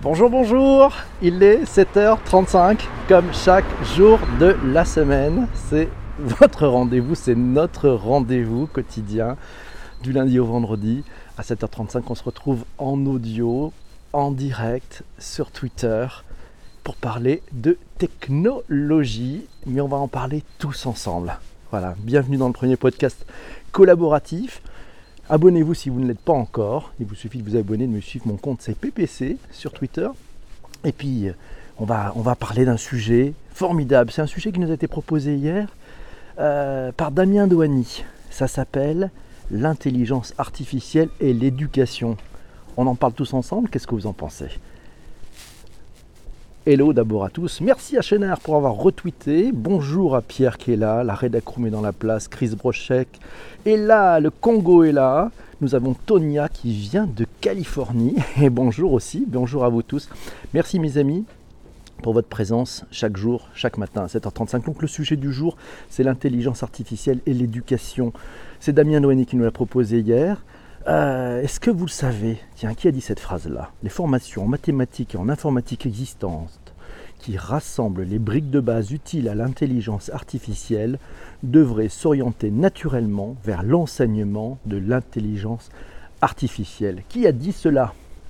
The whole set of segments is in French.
Bonjour, bonjour, il est 7h35 comme chaque jour de la semaine. C'est votre rendez-vous, c'est notre rendez-vous quotidien du lundi au vendredi. À 7h35, on se retrouve en audio, en direct sur Twitter pour parler de technologie, mais on va en parler tous ensemble. Voilà, bienvenue dans le premier podcast collaboratif. Abonnez-vous si vous ne l'êtes pas encore. Il vous suffit de vous abonner, de me suivre. Mon compte c'est PPC sur Twitter. Et puis on va parler d'un sujet formidable. C'est un sujet qui nous a été proposé hier par Damien Douani. Ça s'appelle l'intelligence artificielle et l'éducation. On en parle tous ensemble. Qu'est-ce que vous en pensez ? Hello d'abord à tous. Merci à Chénard pour avoir retweeté. Bonjour à Pierre qui est là. La Redacroom est dans la place. Chris Brochek est là. Le Congo est là. Nous avons Tonia qui vient de Californie. Et bonjour aussi. Bonjour à vous tous. Merci mes amis pour votre présence chaque jour, chaque matin à 7h35. Donc le sujet du jour, c'est l'intelligence artificielle et l'éducation. C'est Damien Douani qui nous l'a proposé hier. Est-ce que vous le savez ? Tiens, qui a dit cette phrase-là ? Les formations en mathématiques et en informatique existantes qui rassemblent les briques de base utiles à l'intelligence artificielle devraient s'orienter naturellement vers l'enseignement de l'intelligence artificielle. Qui a dit cela ?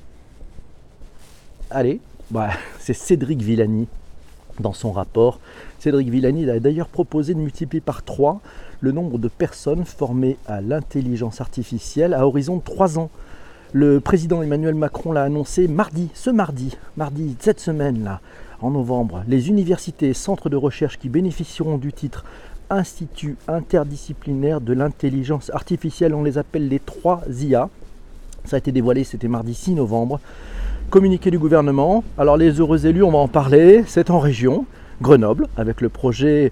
Allez, c'est Cédric Villani dans son rapport. Cédric Villani a d'ailleurs proposé de multiplier par 3 le nombre de personnes formées à l'intelligence artificielle à horizon de 3 ans. Le président Emmanuel Macron l'a annoncé mardi, cette semaine-là, en novembre. Les universités et centres de recherche qui bénéficieront du titre Institut interdisciplinaire de l'intelligence artificielle, on les appelle les 3 IA. Ça a été dévoilé, c'était mardi 6 novembre. Communiqué du gouvernement. Alors les heureux élus, on va en parler, c'est en région, Grenoble, avec le projet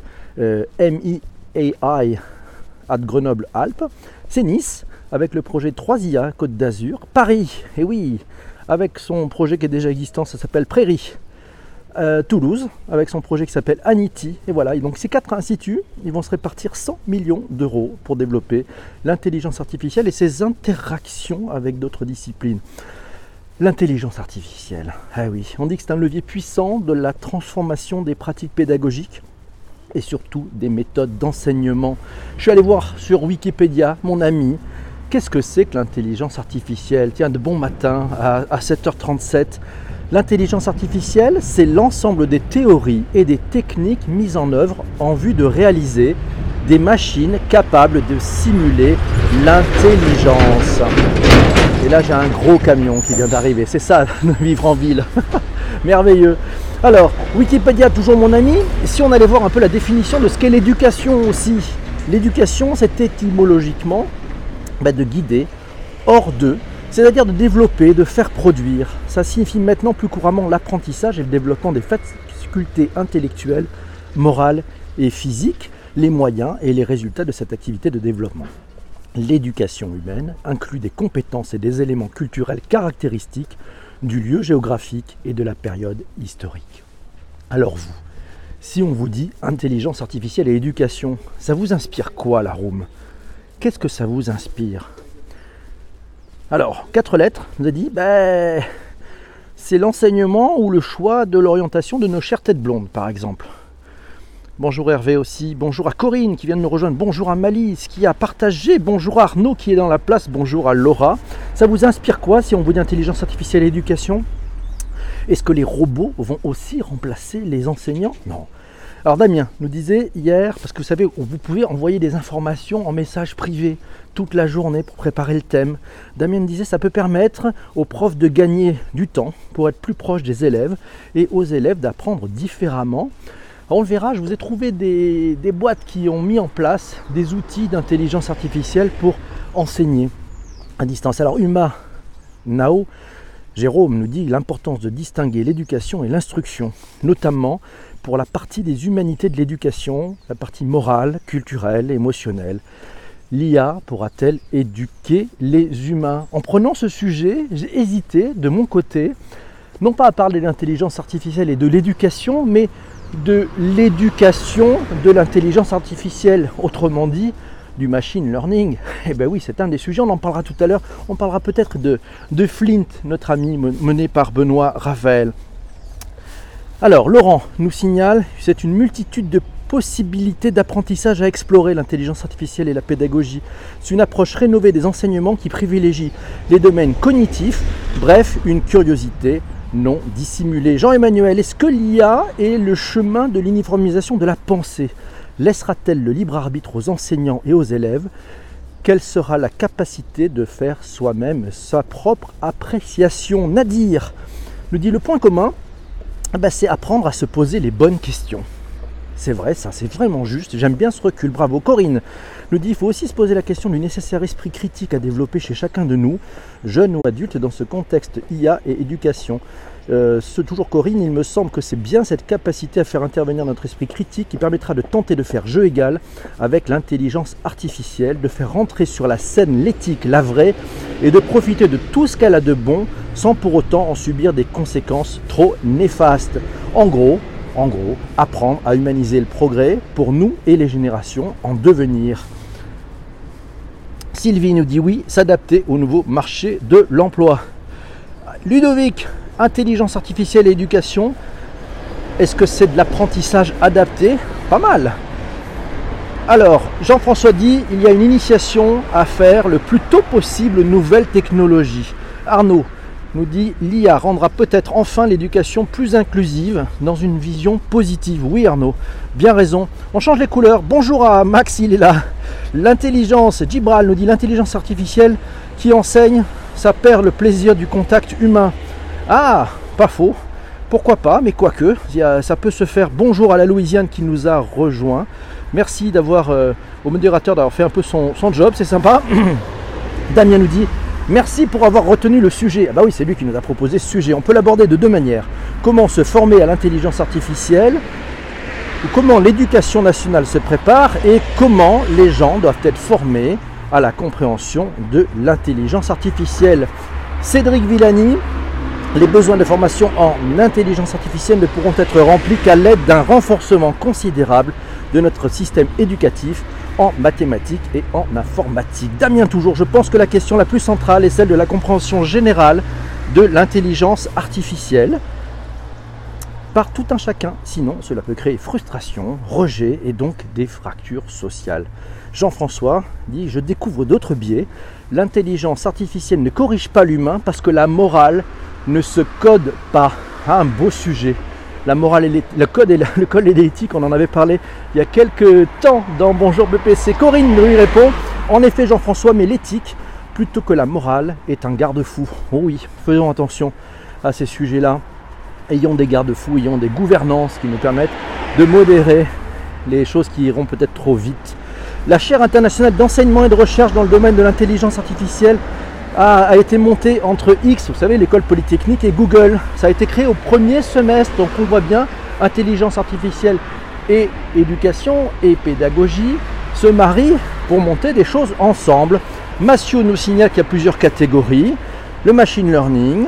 MIAI à Grenoble-Alpes. C'est Nice, avec le projet 3IA Côte d'Azur. Paris, et oui, avec son projet qui est déjà existant, ça s'appelle Prairie. Toulouse, avec son projet qui s'appelle Anity. Et voilà, et donc ces 4 instituts, ils vont se répartir 100 millions d'euros pour développer l'intelligence artificielle et ses interactions avec d'autres disciplines. L'intelligence artificielle, ah oui, on dit que c'est un levier puissant de la transformation des pratiques pédagogiques et surtout des méthodes d'enseignement. Je suis allé voir sur Wikipédia, mon ami, qu'est-ce que c'est que l'intelligence artificielle ? Tiens, de bon matin à 7h37. L'intelligence artificielle, c'est l'ensemble des théories et des techniques mises en œuvre en vue de réaliser des machines capables de simuler l'intelligence. Et là, j'ai un gros camion qui vient d'arriver. C'est ça, de vivre en ville. Merveilleux. Alors, Wikipédia, toujours mon ami. Et si on allait voir un peu la définition de ce qu'est l'éducation aussi. L'éducation, c'est étymologiquement de guider hors d'eux, c'est-à-dire de développer, de faire produire. Ça signifie maintenant plus couramment l'apprentissage et le développement des facultés intellectuelles, morales et physiques, les moyens et les résultats de cette activité de développement. L'éducation humaine inclut des compétences et des éléments culturels caractéristiques du lieu géographique et de la période historique. Alors vous, si on vous dit intelligence artificielle et éducation, ça vous inspire quoi la room ? Qu'est-ce que ça vous inspire ? Alors, 4 lettres, on nous a dit, c'est l'enseignement ou le choix de l'orientation de nos chères têtes blondes, par exemple. Bonjour Hervé aussi, bonjour à Corinne qui vient de nous rejoindre, bonjour à Malice qui a partagé, bonjour à Arnaud qui est dans la place, bonjour à Laura. Ça vous inspire quoi si on vous dit intelligence artificielle et éducation ? Est-ce que les robots vont aussi remplacer les enseignants ? Non. Alors Damien nous disait hier, parce que vous savez, vous pouvez envoyer des informations en message privé toute la journée pour préparer le thème. Damien nous disait ça peut permettre aux profs de gagner du temps pour être plus proches des élèves et aux élèves d'apprendre différemment. Alors on le verra, je vous ai trouvé des boîtes qui ont mis en place des outils d'intelligence artificielle pour enseigner à distance. Alors Uma Nao, Jérôme nous dit l'importance de distinguer l'éducation et l'instruction, notamment pour la partie des humanités de l'éducation, la partie morale, culturelle, émotionnelle. L'IA pourra-t-elle éduquer les humains ? En prenant ce sujet, j'ai hésité de mon côté, non pas à parler de l'intelligence artificielle et de l'éducation, mais de l'éducation de l'intelligence artificielle, autrement dit, du machine learning. Eh bien oui, c'est un des sujets, on en parlera tout à l'heure. On parlera peut-être de Flint, notre ami mené par Benoît Ravel. Alors, Laurent nous signale, c'est une multitude de possibilités d'apprentissage à explorer, l'intelligence artificielle et la pédagogie. C'est une approche rénovée des enseignements qui privilégie les domaines cognitifs, bref, une curiosité non dissimulée. Jean-Emmanuel, est-ce que l'IA est le chemin de l'uniformisation de la pensée? Laissera-t-elle le libre arbitre aux enseignants et aux élèves? Quelle sera la capacité de faire soi-même sa propre appréciation? Nadir nous dit le point commun, c'est apprendre à se poser les bonnes questions. C'est vrai, ça, c'est vraiment juste. J'aime bien ce recul. Bravo. Corinne nous dit il faut aussi se poser la question du nécessaire esprit critique à développer chez chacun de nous, jeunes ou adultes, dans ce contexte IA et éducation. Toujours Corinne, il me semble que c'est bien cette capacité à faire intervenir notre esprit critique qui permettra de tenter de faire jeu égal avec l'intelligence artificielle, de faire rentrer sur la scène l'éthique, la vraie, et de profiter de tout ce qu'elle a de bon sans pour autant en subir des conséquences trop néfastes. En gros, apprendre à humaniser le progrès pour nous et les générations en devenir. Sylvie nous dit oui, s'adapter au nouveau marché de l'emploi. Ludovic, intelligence artificielle et éducation, est-ce que c'est de l'apprentissage adapté? Pas mal. Alors, Jean-François dit il y a une initiation à faire le plus tôt possible aux nouvelles technologies. Arnaud nous dit l'IA rendra peut-être enfin l'éducation plus inclusive dans une vision positive. Oui Arnaud, bien raison. On change les couleurs. Bonjour à Max, il est là. L'intelligence, Gibral nous dit l'intelligence artificielle qui enseigne, ça perd le plaisir du contact humain. Ah, pas faux. Pourquoi pas, mais quoique, ça peut se faire. Bonjour à la Louisiane qui nous a rejoint. Merci d'avoir, au modérateur d'avoir fait un peu son job, c'est sympa. Damien nous dit merci pour avoir retenu le sujet. Ah bah oui, c'est lui qui nous a proposé ce sujet. On peut l'aborder de deux manières. Comment se former à l'intelligence artificielle, ou comment l'éducation nationale se prépare, et comment les gens doivent être formés à la compréhension de l'intelligence artificielle. Cédric Villani, les besoins de formation en intelligence artificielle ne pourront être remplis qu'à l'aide d'un renforcement considérable de notre système éducatif en mathématiques et en informatique. Damien toujours, je pense que la question la plus centrale est celle de la compréhension générale de l'intelligence artificielle par tout un chacun, sinon cela peut créer frustration, rejet et donc des fractures sociales. Jean-François dit je découvre d'autres biais, l'intelligence artificielle ne corrige pas l'humain parce que la morale ne se code pas. Ah, un beau sujet. La morale et le code et l'éthique, on en avait parlé il y a quelques temps dans Bonjour BPC. Corinne lui répond, en effet Jean-François, mais l'éthique, plutôt que la morale, est un garde-fou. Oh oui, faisons attention à ces sujets-là. Ayons des garde-fous, ayons des gouvernances qui nous permettent de modérer les choses qui iront peut-être trop vite. La chaire internationale d'enseignement et de recherche dans le domaine de l'intelligence artificielle a été montée entre X, vous savez, l'école polytechnique, et Google. Ça a été créé au premier semestre, donc on voit bien, intelligence artificielle et éducation et pédagogie se marient pour monter des choses ensemble. Massio nous signale qu'il y a plusieurs catégories. Le machine learning,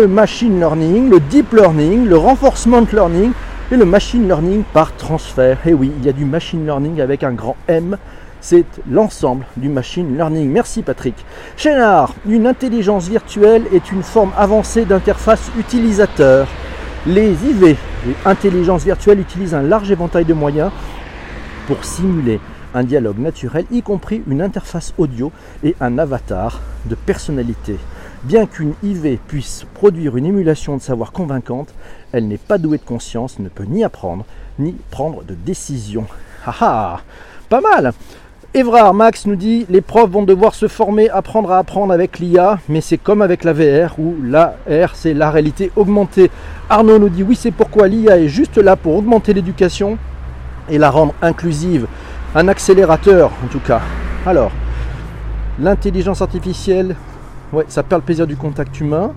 le deep learning, le reinforcement learning et le machine learning par transfert. Et oui, il y a du machine learning avec un grand M. C'est l'ensemble du machine learning. Merci Patrick. Chénard, une intelligence virtuelle est une forme avancée d'interface utilisateur. Les IV, les intelligences virtuelles, utilisent un large éventail de moyens pour simuler un dialogue naturel, y compris une interface audio et un avatar de personnalité. Bien qu'une IV puisse produire une émulation de savoir convaincante, elle n'est pas douée de conscience, ne peut ni apprendre, ni prendre de décision. Ah, pas mal. Évrard Max nous dit les profs vont devoir se former, apprendre à apprendre avec l'IA, mais c'est comme avec la VR où l'AR c'est la réalité augmentée. Arnaud nous dit oui, c'est pourquoi l'IA est juste là pour augmenter l'éducation et la rendre inclusive, un accélérateur en tout cas. Alors, l'intelligence artificielle, ouais, ça perd le plaisir du contact humain.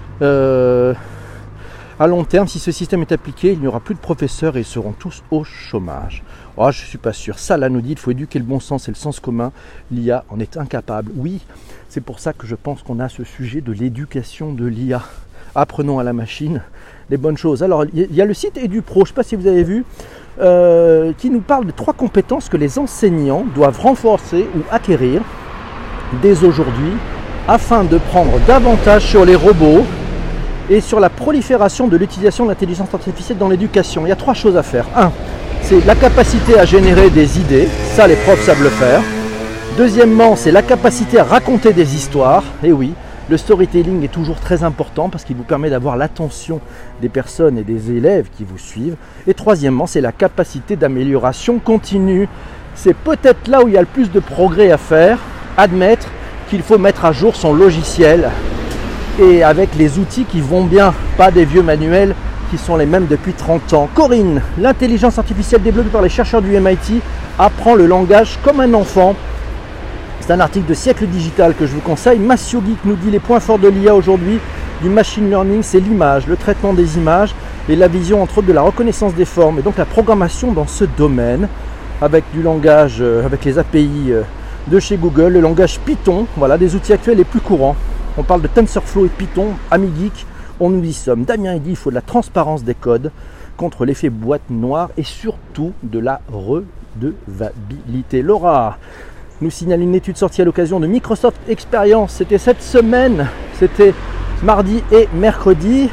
À long terme, si ce système est appliqué, il n'y aura plus de professeurs et ils seront tous au chômage. Oh, je ne suis pas sûr. Ça, là, nous dit qu'il faut éduquer le bon sens et le sens commun. L'IA en est incapable. Oui, c'est pour ça que je pense qu'on a ce sujet de l'éducation de l'IA. Apprenons à la machine les bonnes choses. Alors, il y a le site EduPro. Je ne sais pas si vous avez vu. qui nous parle de 3 compétences que les enseignants doivent renforcer ou acquérir dès aujourd'hui afin de prendre davantage sur les robots et sur la prolifération de l'utilisation de l'intelligence artificielle dans l'éducation. Il y a 3 choses à faire. 1, c'est la capacité à générer des idées, ça les profs savent le faire. Deuxièmement, c'est la capacité à raconter des histoires, et oui, le storytelling est toujours très important parce qu'il vous permet d'avoir l'attention des personnes et des élèves qui vous suivent. Et troisièmement, c'est la capacité d'amélioration continue. C'est peut-être là où il y a le plus de progrès à faire, admettre qu'il faut mettre à jour son logiciel et avec les outils qui vont bien, pas des vieux manuels qui sont les mêmes depuis 30 ans. Corinne, l'intelligence artificielle développée par les chercheurs du MIT apprend le langage comme un enfant. C'est un article de Siècle Digital que je vous conseille. Massio Geek nous dit les points forts de l'IA aujourd'hui, du machine learning, c'est l'image, le traitement des images et la vision entre autres de la reconnaissance des formes et donc la programmation dans ce domaine avec du langage, avec les API de chez Google, le langage Python, voilà des outils actuels les plus courants. On parle de TensorFlow et Python, Ami Geek, on nous y sommes. Damien il dit il faut de la transparence des codes contre l'effet boîte noire et surtout de la redevabilité. Laura nous signale une étude sortie à l'occasion de Microsoft Experience. C'était cette semaine, c'était mardi et mercredi,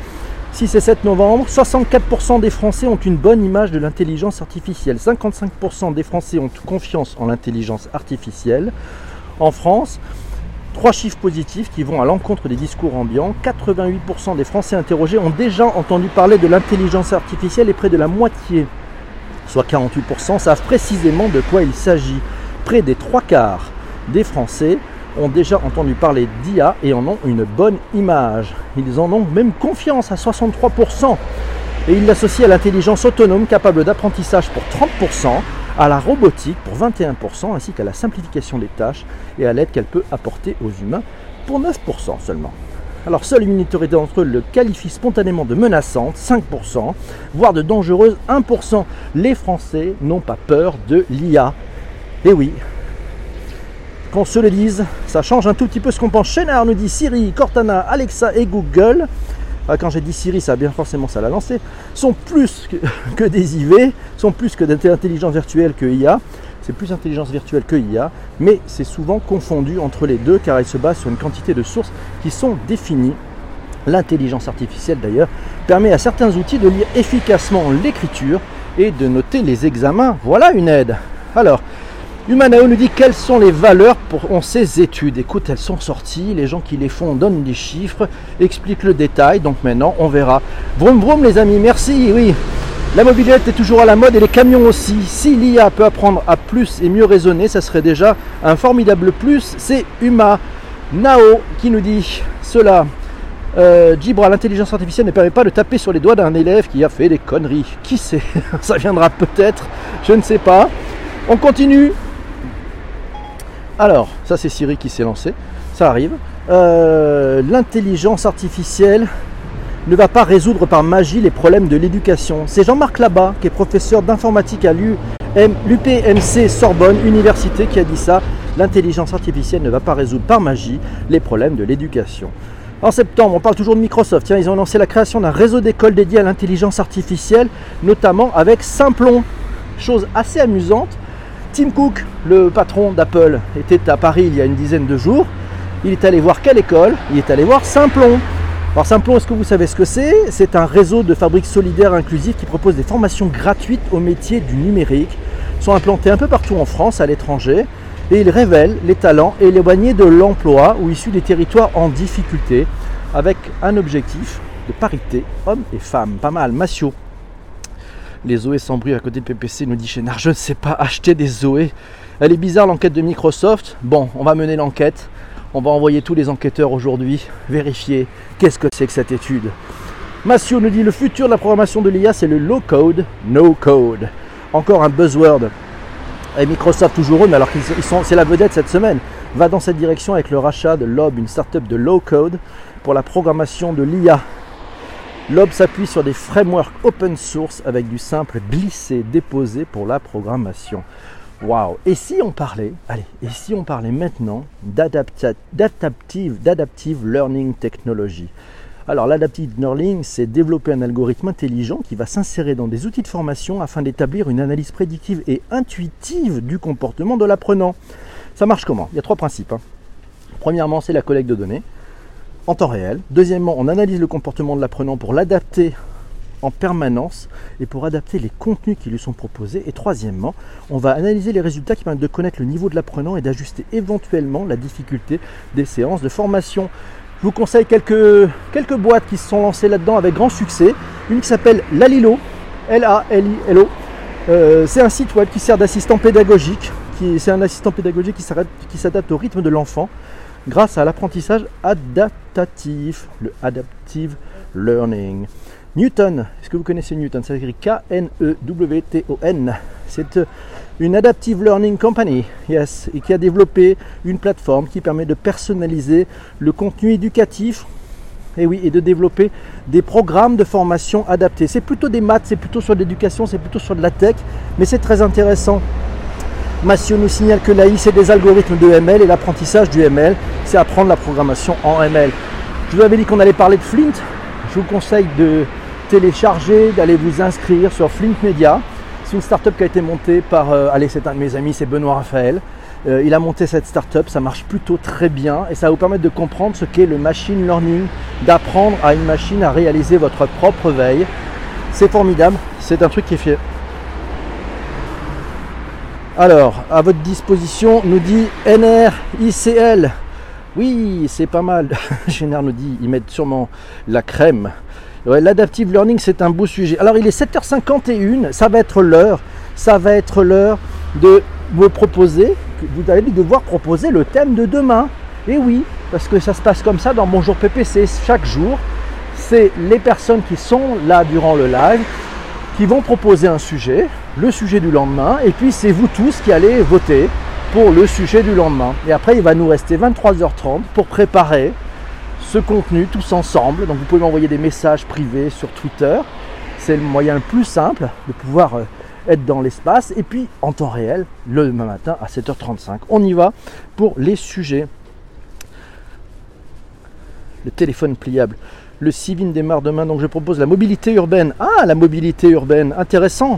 6 et 7 novembre. 64% des Français ont une bonne image de l'intelligence artificielle. 55% des Français ont confiance en l'intelligence artificielle. En France, 3 chiffres positifs qui vont à l'encontre des discours ambiants. 88% des Français interrogés ont déjà entendu parler de l'intelligence artificielle et près de la moitié, soit 48%, savent précisément de quoi il s'agit. Près des 3/4 des Français ont déjà entendu parler d'IA et en ont une bonne image. Ils en ont même confiance à 63%. Et ils l'associent à l'intelligence autonome capable d'apprentissage pour 30%, à la robotique pour 21%, ainsi qu'à la simplification des tâches et à l'aide qu'elle peut apporter aux humains pour 9% seulement. Alors seule une minorité d'entre eux le qualifie spontanément de menaçante, 5%, voire de dangereuse, 1%. Les Français n'ont pas peur de l'IA. Et oui, qu'on se le dise, ça change un tout petit peu ce qu'on pense. Chénard nous dit Siri, Cortana, Alexa et Google. Quand j'ai dit Siri, ça a bien forcément ça l'a lancé. Sont plus que des IV, sont plus que d'intelligence virtuelle que IA. C'est plus intelligence virtuelle que IA, mais c'est souvent confondu entre les deux car elle se base sur une quantité de sources qui sont définies. L'intelligence artificielle d'ailleurs permet à certains outils de lire efficacement l'écriture et de noter les examens. Voilà une aide. Alors, Humanao nous dit quelles sont les valeurs pour ces études. Écoute, elles sont sorties, les gens qui les font donnent des chiffres, expliquent le détail, donc maintenant on verra. Vroom vroom les amis, merci, oui. La mobilette est toujours à la mode et les camions aussi. Si l'IA peut apprendre à plus et mieux raisonner, ça serait déjà un formidable plus. C'est Humanao qui nous dit cela. Gibra, l'intelligence artificielle ne permet pas de taper sur les doigts d'un élève qui a fait des conneries. Qui sait? Ça viendra peut-être, je ne sais pas. On continue. Alors, ça c'est Siri qui s'est lancé, ça arrive. L'intelligence artificielle ne va pas résoudre par magie les problèmes de l'éducation. C'est Jean-Marc Labat, qui est professeur d'informatique à l'UPMC Sorbonne Université, qui a dit ça. L'intelligence artificielle ne va pas résoudre par magie les problèmes de l'éducation. En septembre, on parle toujours de Microsoft. Tiens, ils ont annoncé la création d'un réseau d'écoles dédié à l'intelligence artificielle, notamment avec Simplon. Chose assez amusante. Tim Cook, le patron d'Apple, était à Paris il y a une dizaine de jours. Il est allé voir quelle école? Il est allé voir Simplon. Alors Simplon, est-ce que vous savez ce que c'est? C'est un réseau de fabriques solidaires inclusifs qui propose des formations gratuites au métier du numérique. Ils sont implantés un peu partout en France, à l'étranger, et ils révèlent les talents et les éloignés de l'emploi ou issus des territoires en difficulté, avec un objectif de parité hommes et femmes. Pas mal. Massio. Les Zoé sans bruit à côté de PPC, nous dit Chénard, je ne sais pas acheter des Zoé. Elle est bizarre l'enquête de Microsoft. Bon, on va mener l'enquête. On va envoyer tous les enquêteurs aujourd'hui vérifier qu'est-ce que c'est que cette étude. Massio nous dit le futur de la programmation de l'IA, c'est le low code, no code. Encore un buzzword. Et Microsoft toujours eux, mais alors c'est la vedette cette semaine, va dans cette direction avec le rachat de Lob, une startup de low code pour la programmation de l'IA. Lob s'appuie sur des frameworks open source avec du simple glisser-déposer pour la programmation. Waouh! Et si on parlait maintenant d'adaptive learning technology? Alors l'adaptive learning, c'est développer un algorithme intelligent qui va s'insérer dans des outils de formation afin d'établir une analyse prédictive et intuitive du comportement de l'apprenant. Ça marche comment? Il y a 3 principes. Premièrement, c'est la collecte de données en temps réel. Deuxièmement, on analyse le comportement de l'apprenant pour l'adapter en permanence et pour adapter les contenus qui lui sont proposés. Et troisièmement, on va analyser les résultats qui permettent de connaître le niveau de l'apprenant et d'ajuster éventuellement la difficulté des séances de formation. Je vous conseille quelques boîtes qui se sont lancées là-dedans avec grand succès. Une qui s'appelle Lalilo, L-A-L-I-L-O. C'est un site web qui sert d'assistant pédagogique. C'est un assistant pédagogique qui s'adapte au rythme de l'enfant grâce à l'apprentissage adaptatif, le adaptive learning. Newton, est-ce que vous connaissez Newton? Ça s'écrit K-N-E-W-T-O-N. C'est une Adaptive Learning Company, yes, et qui a développé une plateforme qui permet de personnaliser le contenu éducatif et de développer des programmes de formation adaptés. C'est plutôt des maths, c'est plutôt sur l'éducation, c'est plutôt sur de la tech, mais c'est très intéressant. Massio nous signale que l'AI, c'est des algorithmes de ML et l'apprentissage du ML, c'est apprendre la programmation en ML. Je vous avais dit qu'on allait parler de Flint. Je vous conseille de télécharger, d'aller vous inscrire sur Flint Media. C'est une start-up qui a été montée par, c'est un de mes amis, c'est Benoît Raphaël. Il a monté cette start-up, ça marche plutôt très bien et ça va vous permettre de comprendre ce qu'est le machine learning, d'apprendre à une machine à réaliser votre propre veille. C'est formidable, c'est un truc qui est fait. Alors, à votre disposition, nous dit NRICL. Oui, c'est pas mal. Général nous dit, ils mettent sûrement la crème. Ouais, l'adaptive learning, c'est un beau sujet. Alors, il est 7h51, ça va être l'heure de vous proposer, vous allez devoir proposer le thème de demain. Et oui, parce que ça se passe comme ça dans Bonjour PPC. Chaque jour, c'est les personnes qui sont là durant le live qui vont proposer un sujet, le sujet du lendemain, et puis c'est vous tous qui allez voter pour le sujet du lendemain. Et après, il va nous rester 23h30 pour préparer ce contenu tous ensemble. Donc vous pouvez m'envoyer des messages privés sur Twitter. C'est le moyen le plus simple de pouvoir être dans l'espace. Et puis en temps réel, le demain matin à 7h35. On y va pour les sujets. Le téléphone pliable. Le Civin démarre demain, donc je propose la mobilité urbaine. Ah, la mobilité urbaine, intéressant.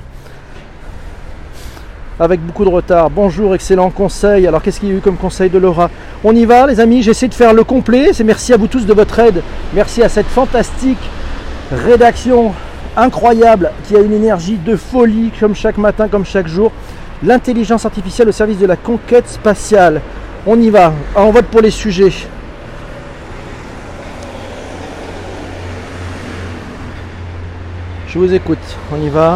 Avec beaucoup de retard. Bonjour, excellent conseil. Alors, qu'est-ce qu'il y a eu comme conseil de Laura? On y va, les amis. J'essaie de faire le complet. C'est merci à vous tous de votre aide. Merci à cette fantastique rédaction incroyable qui a une énergie de folie, comme chaque matin, comme chaque jour. L'intelligence artificielle au service de la conquête spatiale. On y va. On vote pour les sujets. Je vous écoute. On y va.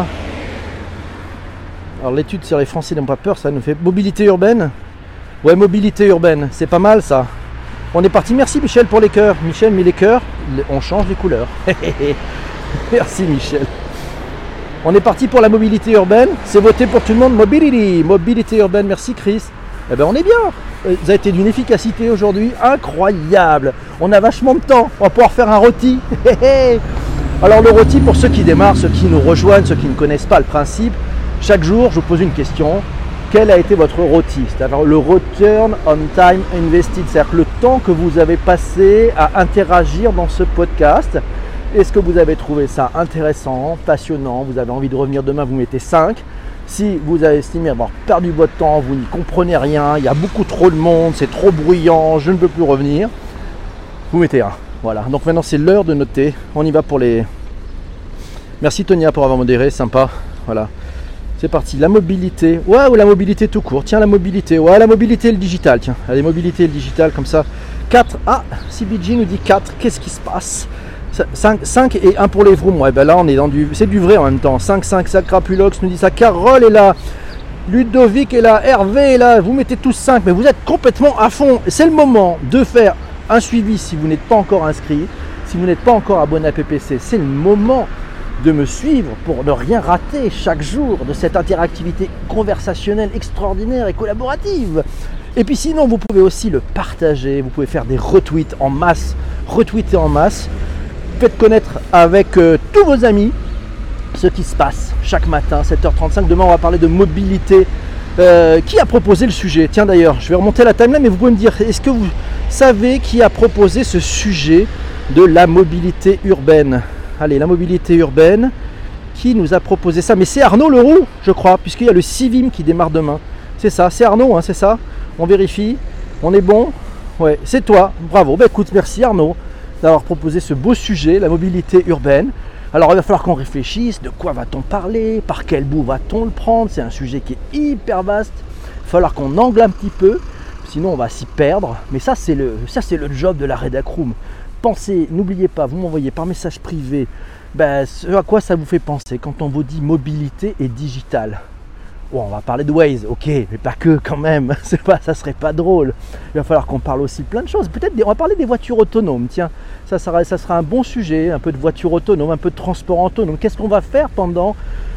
Alors l'étude sur les Français n'ont pas peur, ça nous fait mobilité urbaine. Ouais, mobilité urbaine, c'est pas mal ça. On est parti, merci Michel pour les cœurs. Michel met les cœurs, on change les couleurs. Merci Michel. On est parti pour la mobilité urbaine, c'est voté pour tout le monde. Mobilité urbaine, merci Chris. Eh ben on est bien. Vous avez été d'une efficacité aujourd'hui incroyable. On a vachement de temps, on va pouvoir faire un rôti. Alors le rôti, pour ceux qui démarrent, ceux qui nous rejoignent, ceux qui ne connaissent pas le principe, chaque jour, je vous pose une question. Quel a été votre ROTI? C'est-à-dire le Return on Time Invested, c'est-à-dire le temps que vous avez passé à interagir dans ce podcast. Est-ce que vous avez trouvé ça intéressant, passionnant? Vous avez envie de revenir demain, vous mettez 5. Si vous avez estimé avoir perdu votre temps, vous n'y comprenez rien, il y a beaucoup trop de monde, c'est trop bruyant, je ne peux plus revenir, vous mettez 1. Voilà, donc maintenant c'est l'heure de noter. On y va pour les... Merci Tonia pour avoir modéré, sympa. Voilà. C'est parti, la mobilité, ouais, ou la mobilité tout court, tiens la mobilité, ouais, la mobilité et le digital, tiens, allez, mobilité et le digital, comme ça, 4, ah, CBG nous dit 4, qu'est-ce qui se passe? 5 et 1 pour les vrooms, ouais, ben là on est dans du, c'est du vrai en même temps, 5, Sacrapulox nous dit ça, Carole est là, Ludovic est là, Hervé est là, vous mettez tous 5, mais vous êtes complètement à fond, c'est le moment de faire un suivi si vous n'êtes pas encore inscrit, si vous n'êtes pas encore abonné à PPC, c'est le moment de me suivre pour ne rien rater chaque jour de cette interactivité conversationnelle extraordinaire et collaborative. Et puis sinon, vous pouvez aussi le partager, vous pouvez faire des retweets en masse, retweeter en masse. Faites connaître avec tous vos amis ce qui se passe chaque matin, 7h35. Demain, on va parler de mobilité. Qui a proposé le sujet? Tiens d'ailleurs, je vais remonter la timeline, mais vous pouvez me dire, est-ce que vous savez qui a proposé ce sujet de la mobilité urbaine. Allez, la mobilité urbaine, qui nous a proposé ça? Mais c'est Arnaud Leroux, je crois, puisqu'il y a le Civim qui démarre demain. C'est ça, c'est Arnaud, hein, c'est ça? On vérifie, on est bon? Ouais, c'est toi, bravo. Écoute, merci Arnaud d'avoir proposé ce beau sujet, la mobilité urbaine. Alors il va falloir qu'on réfléchisse, de quoi va-t-on parler, par quel bout va-t-on le prendre? C'est un sujet qui est hyper vaste, il va falloir qu'on angle un petit peu, sinon on va s'y perdre. Mais ça c'est le job de la Redac Room. Pensez, n'oubliez pas, vous m'envoyez par message privé ce à quoi ça vous fait penser quand on vous dit mobilité et digital. Bon, on va parler de Waze, ok, mais pas que quand même, ça serait pas drôle. Il va falloir qu'on parle aussi plein de choses. Peut-être on va parler des voitures autonomes, tiens, ça sera un bon sujet, un peu de voitures autonomes, un peu de transport autonome. Qu'est-ce qu'on va faire pendant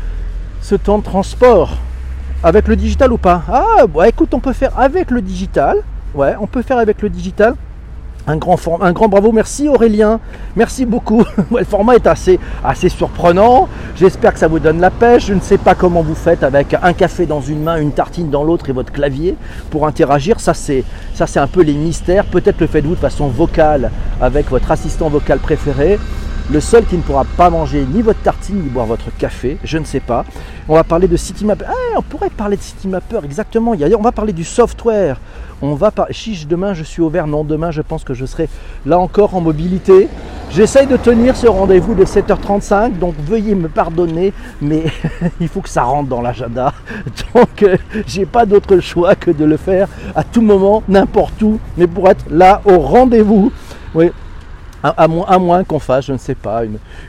ce temps de transport? Avec le digital ou pas? Ah, bon, écoute, on peut faire avec le digital. Ouais, on peut faire avec le digital. Un grand bravo, merci Aurélien, merci beaucoup. Le format est assez surprenant, j'espère que ça vous donne la pêche. Je ne sais pas comment vous faites avec un café dans une main, une tartine dans l'autre et votre clavier pour interagir. Ça c'est un peu les mystères. Peut-être le faites-vous de façon vocale avec votre assistant vocal préféré. Le seul qui ne pourra pas manger ni votre tartine ni boire votre café, je ne sais pas. On va parler de Citymapper. Ah, on pourrait parler de Citymapper, exactement. On va parler du software. Chiche, demain je suis ouvert. Non, demain je pense que je serai là encore en mobilité. J'essaye de tenir ce rendez-vous de 7h35, donc veuillez me pardonner, mais il faut que ça rentre dans l'agenda. Donc j'ai pas d'autre choix que de le faire à tout moment, n'importe où, mais pour être là au rendez-vous. Oui. À moins qu'on fasse, je ne sais pas,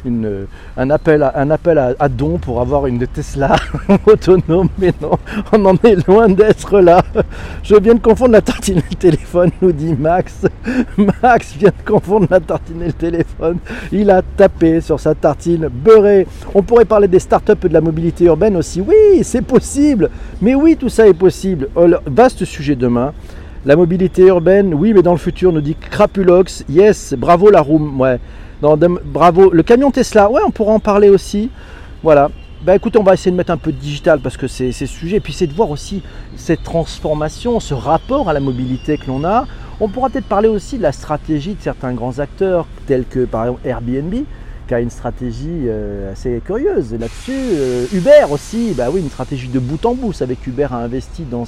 un appel à don pour avoir une Tesla autonome, mais non, on en est loin d'être là. Je viens de confondre la tartine et le téléphone, nous dit Max. Max vient de confondre la tartine et le téléphone. Il a tapé sur sa tartine beurrée. On pourrait parler des startups et de la mobilité urbaine aussi. Oui, c'est possible. Mais oui, tout ça est possible. Vaste sujet demain. La mobilité urbaine, oui, mais dans le futur, nous dit Crapulox. Yes, bravo la room. Ouais. Bravo. Le camion Tesla, ouais, on pourra en parler aussi. Voilà. Écoute, on va essayer de mettre un peu de digital parce que c'est ce sujet. Et puis c'est de voir aussi cette transformation, ce rapport à la mobilité que l'on a. On pourra peut-être parler aussi de la stratégie de certains grands acteurs, tels que par exemple Airbnb, qui a une stratégie assez curieuse. Et là-dessus, Uber aussi, oui, une stratégie de bout en bout. Vous savez qu'Uber a investi dans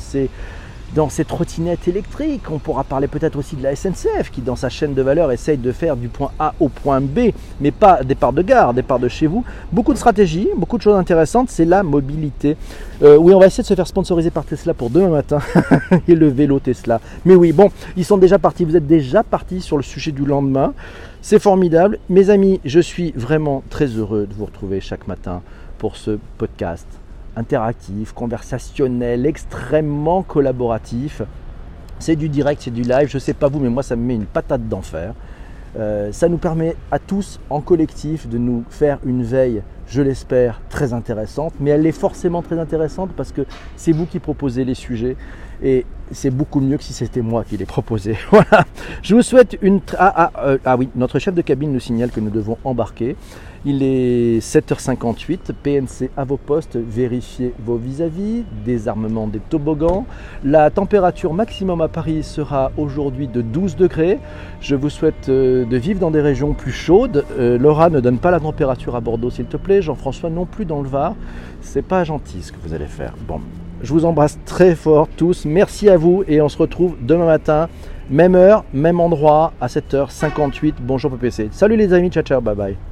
ces trottinettes électriques. On pourra parler peut-être aussi de la SNCF qui, dans sa chaîne de valeur, essaye de faire du point A au point B, mais pas départ de gare, départ de chez vous. Beaucoup de stratégies, beaucoup de choses intéressantes, c'est la mobilité. Oui, on va essayer de se faire sponsoriser par Tesla pour demain matin et le vélo Tesla. Mais oui, bon, ils sont déjà partis, vous êtes déjà partis sur le sujet du lendemain. C'est formidable. Mes amis, je suis vraiment très heureux de vous retrouver chaque matin pour ce podcast interactif, conversationnel, extrêmement collaboratif. C'est du direct, c'est du live, je ne sais pas vous, mais moi ça me met une patate d'enfer. Ça nous permet à tous en collectif de nous faire une veille, je l'espère, très intéressante, mais elle est forcément très intéressante parce que c'est vous qui proposez les sujets et c'est beaucoup mieux que si c'était moi qui les proposais. Voilà. Je vous souhaite une... oui, notre chef de cabine nous signale que nous devons embarquer. Il est 7h58, PNC à vos postes, vérifiez vos vis-à-vis, désarmement des toboggans. La température maximum à Paris sera aujourd'hui de 12 degrés. Je vous souhaite de vivre dans des régions plus chaudes. Laura, ne donne pas la température à Bordeaux s'il te plaît. Jean-François non plus dans le Var. C'est pas gentil ce que vous allez faire. Bon, je vous embrasse très fort tous. Merci à vous et on se retrouve demain matin. Même heure, même endroit à 7h58. Bonjour PPC. Salut les amis, ciao ciao, bye bye.